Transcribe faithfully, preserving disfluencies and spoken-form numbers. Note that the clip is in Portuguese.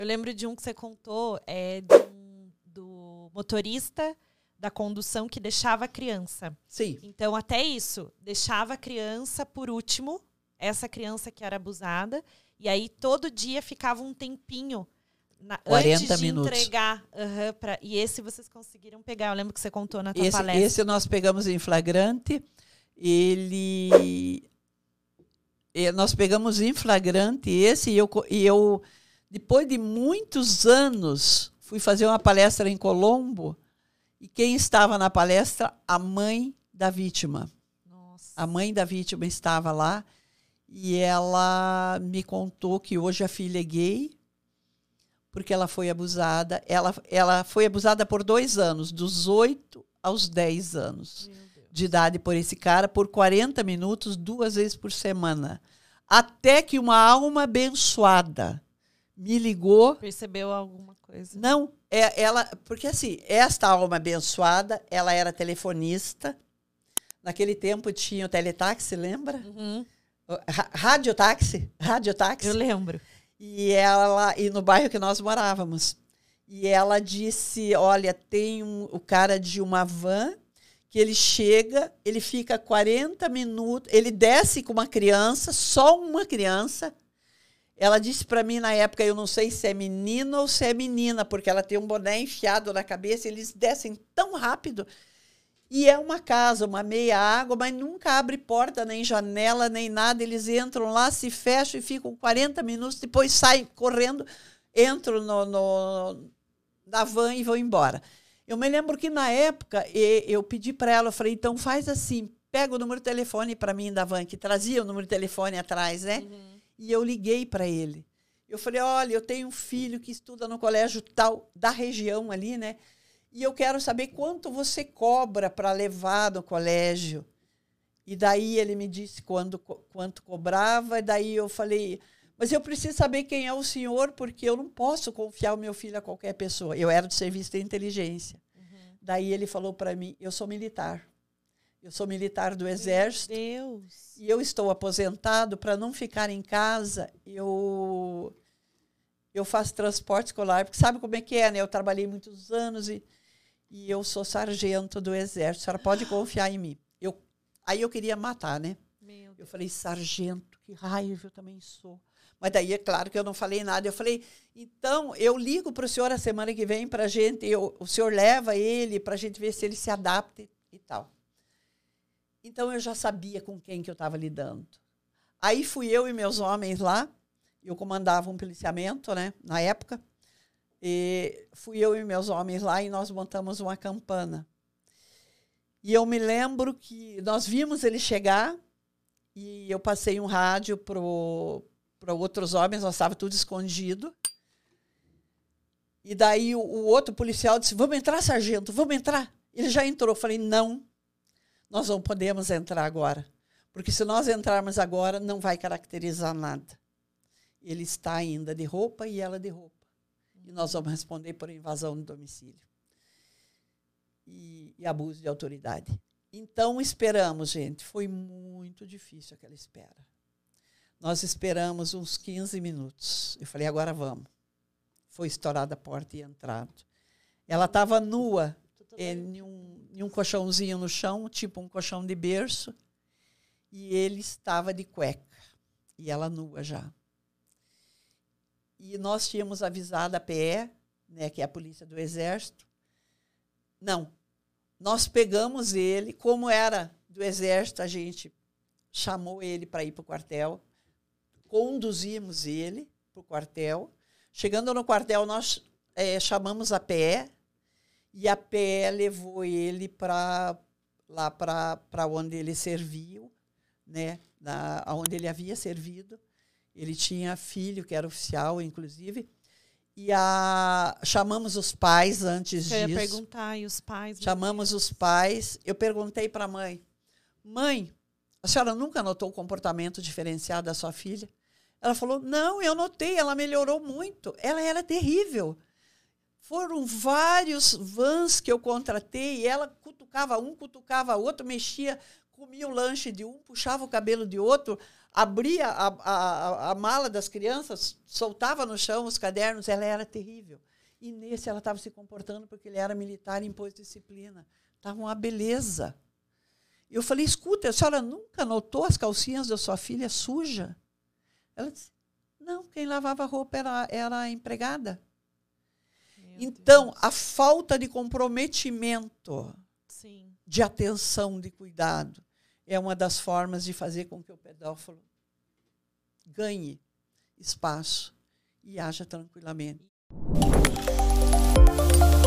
Eu lembro de um que você contou, é, do, do motorista da condução que deixava a criança. Sim. Então, até isso, deixava a criança por último, essa criança que era abusada, e aí todo dia ficava um tempinho na, antes de minutos. entregar. Uhum, pra, e esse vocês conseguiram pegar, eu lembro que você contou na tua esse, palestra. Esse nós pegamos em flagrante, ele... Nós pegamos em flagrante esse, e eu, e eu, depois de muitos anos, fui fazer uma palestra em Colombo, e quem estava na palestra? A mãe da vítima. Nossa. A mãe da vítima estava lá, e ela me contou que hoje a filha é gay, porque ela foi abusada. Ela, ela foi abusada por dois anos, dos oito aos dez anos de idade por esse cara, por quarenta minutos, duas vezes por semana. Até que uma alma abençoada me ligou. Percebeu alguma coisa? Não, é, ela, porque assim, esta alma abençoada, ela era telefonista. Naquele tempo tinha o teletaxi, lembra? Uhum. Radiotáxi, radiotáxi. Eu lembro. E ela, e no bairro que nós morávamos. E ela disse, olha, tem um, o cara de uma van que ele chega, ele fica quarenta minutos, ele desce com uma criança, só uma criança. Ela disse para mim na época, eu não sei se é menino ou se é menina, porque ela tem um boné enfiado na cabeça, e eles descem tão rápido. E é uma casa, uma meia água, mas nunca abre porta, nem janela, nem nada. Eles entram lá, se fecham e ficam quarenta minutos, depois saem correndo, entram no, no, na van e vão embora. Eu me lembro que, na época, eu pedi para ela, eu falei, então faz assim, pega o número de telefone para mim da van, que trazia o número de telefone atrás, né? Uhum. E eu liguei para ele. Eu falei, olha, eu tenho um filho que estuda no colégio tal, da região ali, né? E eu quero saber quanto você cobra para levar no colégio. E daí ele me disse quando, quanto cobrava, e daí eu falei, mas eu preciso saber quem é o senhor, porque eu não posso confiar o meu filho a qualquer pessoa. Eu era do serviço de inteligência. Uhum. Daí ele falou para mim, eu sou militar. Eu sou militar do Exército. Meu Deus. E eu estou aposentado, para não ficar em casa, eu, eu faço transporte escolar, porque sabe como é que é, né? Eu trabalhei muitos anos e, e eu sou sargento do Exército. A senhora pode confiar em mim. Eu, aí eu queria matar, né? Meu eu falei, sargento, que raiva, eu também sou. Mas daí é claro que eu não falei nada. Eu falei, então, eu ligo para o senhor a semana que vem para a gente, eu, o senhor leva ele para a gente ver se ele se adapta e, e tal. Então, eu já sabia com quem que eu estava lidando. Aí fui eu e meus homens lá, eu comandava um policiamento, né, na época, e fui eu e meus homens lá e nós montamos uma campana. E eu me lembro que nós vimos ele chegar e eu passei um rádio para outros homens, nós estávamos tudo escondido. E daí o, o outro policial disse, vamos entrar, sargento, vamos entrar. Ele já entrou. Eu falei, não. Nós não podemos entrar agora, porque se nós entrarmos agora, não vai caracterizar nada. Ele está ainda de roupa e ela de roupa. E nós vamos responder por invasão de domicílio e, e abuso de autoridade. Então, esperamos, gente. Foi muito difícil aquela espera. Nós esperamos uns quinze minutos. Eu falei, agora vamos. Foi estourada a porta e entrado. Ela estava nua, em um, em um colchãozinho no chão, tipo um colchão de berço, e ele estava de cueca, e ela nua já. E nós tínhamos avisado a P E, né, que é a polícia do Exército. Não, nós pegamos ele, como era do Exército, a gente chamou ele para ir para o quartel, conduzimos ele para o quartel. Chegando no quartel, nós é, chamamos a P E, e a P E levou ele para lá para onde ele serviu, né? Na, onde ele havia servido. Ele tinha filho, que era oficial, inclusive. E a, chamamos os pais antes disso. Eu ia perguntar, e os pais? Chamamos os pais. Eu perguntei para a mãe, mãe, a senhora nunca notou o comportamento diferenciado da sua filha? Ela falou, não, eu notei, ela melhorou muito. Ela era terrível. Foram vários vans que eu contratei, e ela cutucava um, cutucava outro, mexia comia o lanche de um, puxava o cabelo de outro, abria a, a, a mala das crianças, soltava no chão os cadernos. Ela era terrível. E nesse ela estava se comportando porque ele era militar e impôs disciplina. Estava uma beleza. Eu falei, escuta, a senhora nunca notou as calcinhas da sua filha suja? Ela disse, não, quem lavava a roupa era, era a empregada. Meu então, Deus. A falta de comprometimento, Sim. de atenção, de cuidado, é uma das formas de fazer com que o pedófilo ganhe espaço e haja tranquilamente.